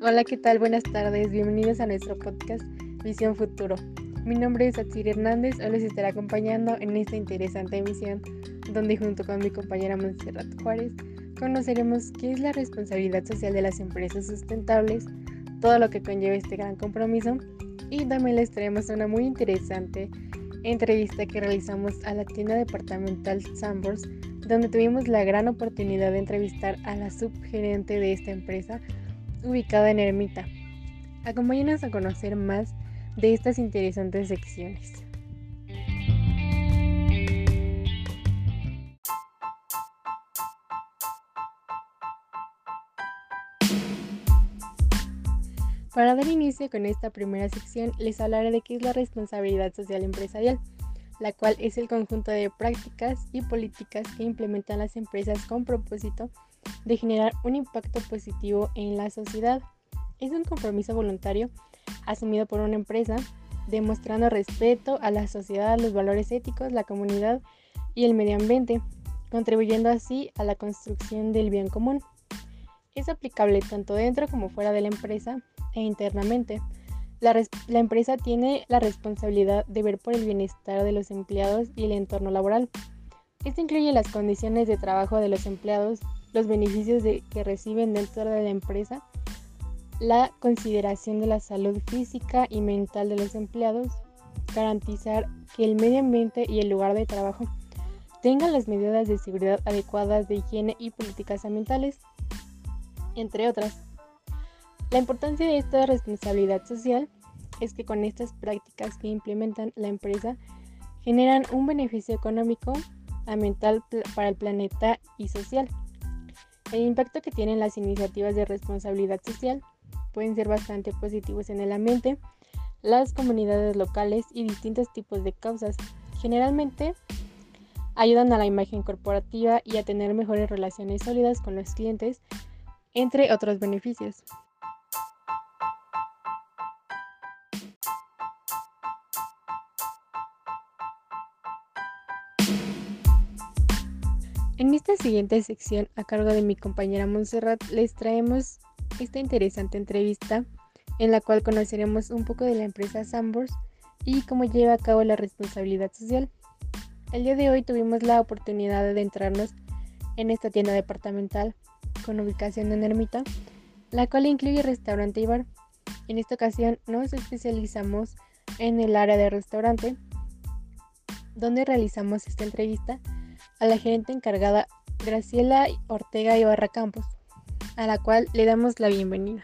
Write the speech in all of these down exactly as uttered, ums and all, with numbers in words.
Hola, ¿qué tal? Buenas tardes, bienvenidos a nuestro podcast Visión Futuro. Mi nombre es Atsiri Hernández, hoy les estaré acompañando en esta interesante emisión, donde junto con mi compañera Montserrat Juárez conoceremos qué es la responsabilidad social de las empresas sustentables, todo lo que conlleva este gran compromiso, y también les traemos una muy interesante entrevista que realizamos a la tienda departamental Sanborns, donde tuvimos la gran oportunidad de entrevistar a la subgerente de esta empresa, ubicada en Ermita. Acompáñenos a conocer más de estas interesantes secciones. Para dar inicio con esta primera sección, les hablaré de qué es la responsabilidad social empresarial, la cual es el conjunto de prácticas y políticas que implementan las empresas con propósito de generar un impacto positivo en la sociedad. Es un compromiso voluntario asumido por una empresa, demostrando respeto a la sociedad, los valores éticos, la comunidad y el medio ambiente, contribuyendo así a la construcción del bien común. Es aplicable tanto dentro como fuera de la empresa e internamente. La, res- la empresa tiene la responsabilidad de ver por el bienestar de los empleados y el entorno laboral. Esto incluye las condiciones de trabajo de los empleados, los beneficios de, que reciben dentro de la empresa, la consideración de la salud física y mental de los empleados, garantizar que el medio ambiente y el lugar de trabajo tengan las medidas de seguridad adecuadas de higiene y políticas ambientales, entre otras. La importancia de esta responsabilidad social es que con estas prácticas que implementan la empresa generan un beneficio económico, ambiental para el planeta y social. El impacto que tienen las iniciativas de responsabilidad social pueden ser bastante positivos en el ambiente, las comunidades locales y distintos tipos de causas. Generalmente ayudan a la imagen corporativa y a tener mejores relaciones sólidas con los clientes, entre otros beneficios. En esta siguiente sección, a cargo de mi compañera Montserrat, les traemos esta interesante entrevista en la cual conoceremos un poco de la empresa Sanborns y cómo lleva a cabo la responsabilidad social. El día de hoy tuvimos la oportunidad de adentrarnos en esta tienda departamental con ubicación en Ermita, la cual incluye restaurante y bar. En esta ocasión nos especializamos en el área de restaurante, donde realizamos esta entrevista a la gerente encargada Graciela Ortega Ibarra Campos, a la cual le damos la bienvenida.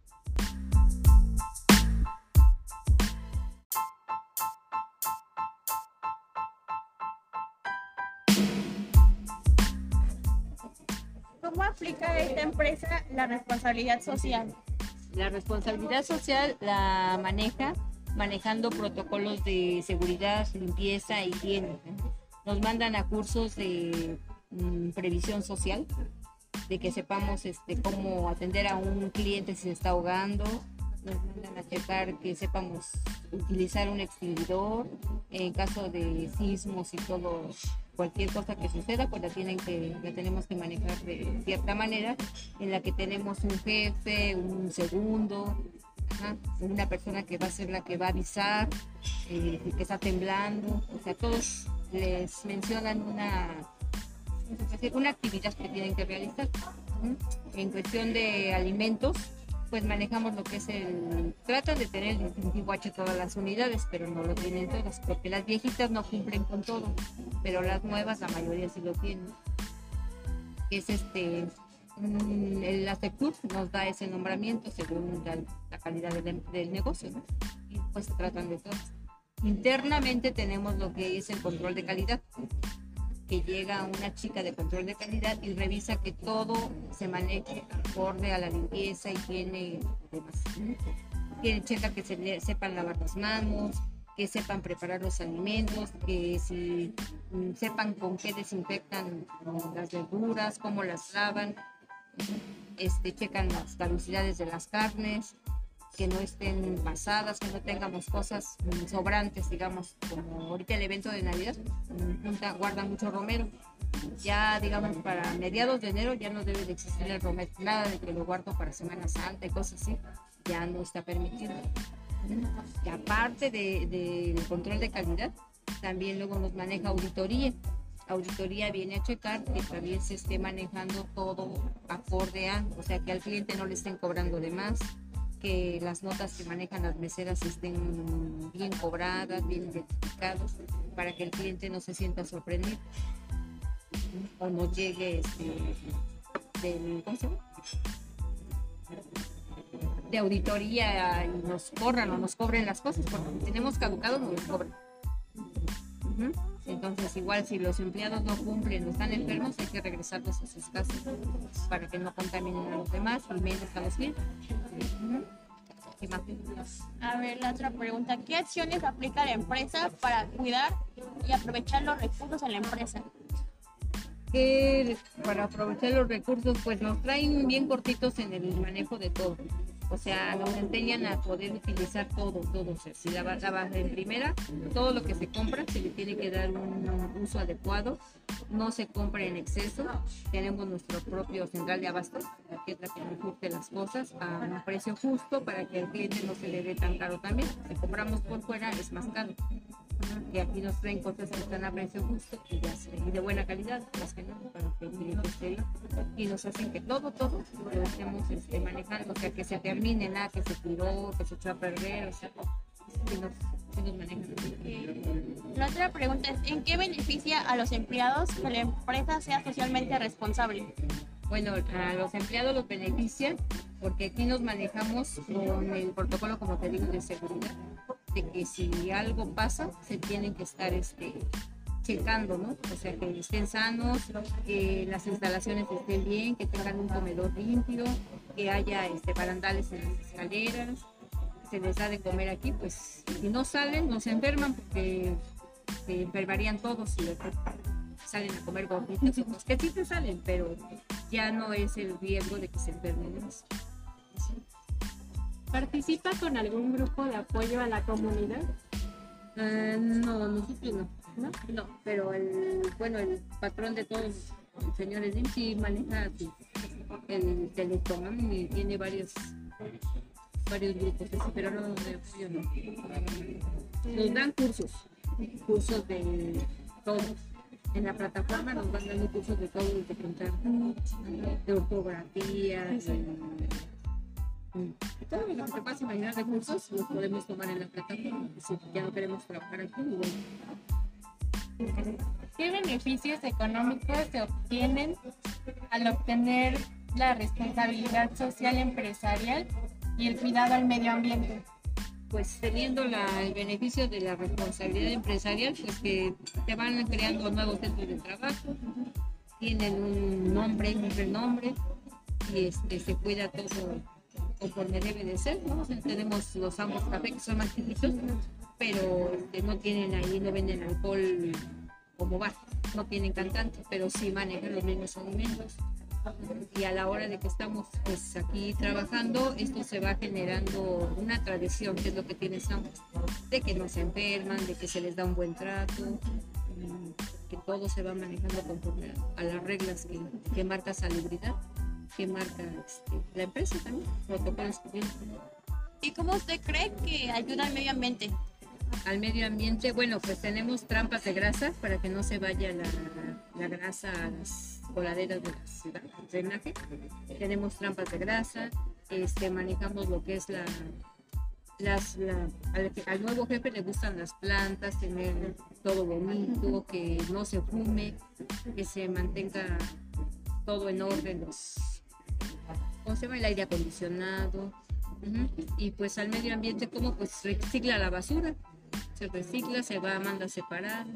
¿Cómo aplica esta empresa la responsabilidad social? La responsabilidad social la maneja manejando protocolos de seguridad, limpieza e higiene. Nos mandan a cursos de mm, previsión social, de que sepamos este, cómo atender a un cliente si se está ahogando. Nos mandan a checar que sepamos utilizar un extinguidor en caso de sismos y todo, cualquier cosa que suceda, pues la tienen que la tenemos que manejar de cierta manera, en la que tenemos un jefe, un segundo, ajá, una persona que va a ser la que va a avisar, eh, que está temblando, o sea, todos les mencionan una una actividad que tienen que realizar. En cuestión de alimentos, pues manejamos lo que es el... Tratan de tener el distintivo H todas las unidades, pero no lo tienen todas, porque las viejitas no cumplen con todo, pero las nuevas la mayoría sí lo tienen. Es este... El ASECTUR nos da ese nombramiento según la, la calidad del, del negocio, ¿no? Y pues se tratan de todas. Internamente tenemos lo que es el control de calidad, que llega una chica de control de calidad y revisa que todo se maneje acorde a la limpieza, higiene y demás. Que checa que se le, sepan lavar las manos, que sepan preparar los alimentos, que si mm, sepan con qué desinfectan las verduras, cómo las lavan, este, checan las caducidades de las carnes, que no estén pasadas, que no tengamos cosas mm, sobrantes, digamos, como ahorita el evento de Navidad, mm, junta, guardan mucho romero. Ya, digamos, para mediados de enero ya no debe de existir el romero, nada de que lo guardo para Semana Santa y cosas así, ya no está permitido. Y aparte del de, de control de calidad, también luego nos maneja auditoría. Auditoría viene a checar que también se esté manejando todo acorde a, o sea, que al cliente no le estén cobrando de más, que las notas que manejan las meseras estén bien cobradas, bien identificadas, para que el cliente no se sienta sorprendido o no llegue este, del, ¿cómo se llama? de auditoría y nos corran o nos cobren las cosas, porque si tenemos caducados nos los cobran. Uh-huh. Entonces, igual si los empleados no cumplen o están enfermos, hay que regresarlos a sus casas para que no contaminen a los demás y menos a los clientes. Uh-huh. ¿Qué más? A ver, la otra pregunta, ¿qué acciones aplica la empresa para cuidar y aprovechar los recursos en la empresa? Que para aprovechar los recursos, pues nos traen bien cortitos en el manejo de todo. O sea, nos enseñan a poder utilizar todo, todo. O sea, si la vas en primera, todo lo que se compra se le tiene que dar un, un uso adecuado. No se compra en exceso. Tenemos nuestro propio central de abasto, que es la que nos surte las cosas a un precio justo para que al cliente no se le dé tan caro también. Si compramos por fuera es más caro. Que aquí nos traen cosas que están a precio justo y, ya se, y de buena calidad, más que nada, para que el cliente esté bien. Y nos hacen que todo, todo lo estemos este, manejando, o sea, que se termine, nada, que se tiró, que se echó a perder, o sea, que nos, que nos manejan. La otra pregunta es, ¿en qué beneficia a los empleados que la empresa sea socialmente responsable? Bueno, a los empleados los beneficia porque aquí nos manejamos con el protocolo, como te digo, de seguridad, de que si algo pasa, se tienen que estar este, checando, ¿no? O sea, que estén sanos, que las instalaciones estén bien, que tengan un comedor limpio, que haya este, barandales en las escaleras, se les da de comer aquí, pues si no salen, no se enferman porque se enfermarían todos y después salen a comer gorditos, otros que sí te salen, pero ya no es el riesgo de que se enfermen más. ¿Participa con algún grupo de apoyo a la comunidad? Uh, no, nosotros no, no, no, pero el, bueno, el patrón de todos, el señor Slim, sí maneja sí, el Telecom y tiene varios, varios grupos, sí, pero no de apoyo no. Nos dan cursos, cursos de todo. En la plataforma nos van dando cursos de todo, de contar, de ortografía, de, todo lo que te puedas imaginar de cursos los podemos tomar en la plataforma. Si ya no queremos trabajar aquí, bueno. ¿Qué beneficios económicos se obtienen al obtener la responsabilidad social empresarial y el cuidado al medio ambiente? Pues teniendo la, el beneficio de la responsabilidad empresarial, pues que te van creando nuevos centros de trabajo, tienen un nombre, un renombre y este, se cuida todo conforme debe de ser, ¿no? O sea, tenemos los ambos café que son más chiquitos, pero este, no tienen ahí, no venden alcohol como bar, no tienen cantantes, pero sí manejan los mismos alimentos. Y a la hora de que estamos pues aquí trabajando, esto se va generando una tradición, que es lo que tiene Samos, de que no se enferman, de que se les da un buen trato, que todo se va manejando conforme a las reglas que, que marca Salubridad, que marca este, la empresa también, protocolos que tiene. ¿Y cómo usted cree que ayuda al medio ambiente? Al medio ambiente, bueno, pues tenemos trampas de grasa para que no se vaya la, la grasa a las coladeras de la ciudad, el drenaje. Tenemos trampas de grasa, este, manejamos lo que es la, las, la al, al nuevo jefe le gustan las plantas, tener todo bonito, que no se fume, que se mantenga todo en orden, los, ¿cómo se llama? El aire acondicionado. Uh-huh. Y pues al medio ambiente, como pues recicla la basura, se recicla, se va, manda a separar.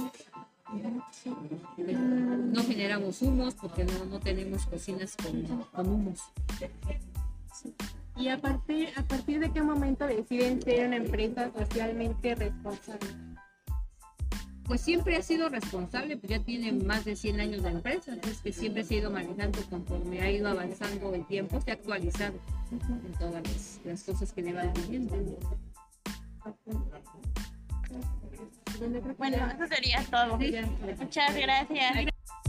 No generamos humos porque no, no tenemos cocinas con, con humos. ¿Y a partir, a partir de qué momento deciden ser una empresa socialmente responsable? pues siempre ha sido responsable, pues ya tiene más de cien años de empresa, entonces que siempre se ha ido manejando conforme ha ido avanzando el tiempo, se ha actualizado en todas las, las cosas que le van viviendo. Bueno, eso sería todo. Sí. Muchas gracias.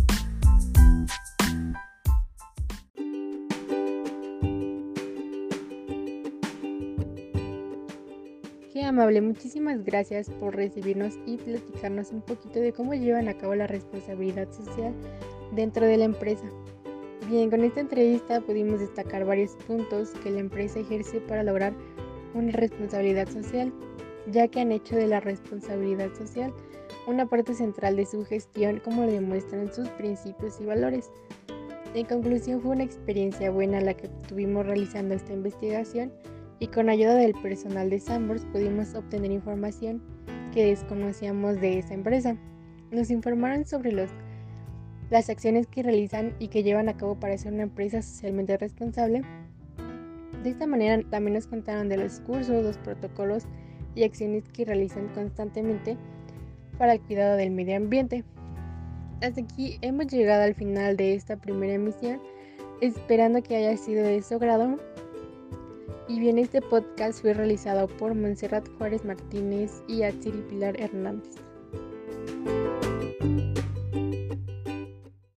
Qué amable, muchísimas gracias por recibirnos y platicarnos un poquito de cómo llevan a cabo la responsabilidad social dentro de la empresa. Bien, con esta entrevista pudimos destacar varios puntos que la empresa ejerce para lograr una responsabilidad social, ya que han hecho de la responsabilidad social una parte central de su gestión, como lo demuestran sus principios y valores. En conclusión, fue una experiencia buena la que tuvimos realizando esta investigación, y con ayuda del personal de Sanborns pudimos obtener información que desconocíamos de esa empresa. Nos informaron sobre los, las acciones que realizan y que llevan a cabo para ser una empresa socialmente responsable. De esta manera también nos contaron de los cursos, los protocolos y acciones que realizan constantemente para el cuidado del medio ambiente. Hasta aquí hemos llegado al final de esta primera emisión, esperando que haya sido de su agrado. Y bien, este podcast fue realizado por Montserrat Juárez Martínez y Atsiri Pilar Hernández.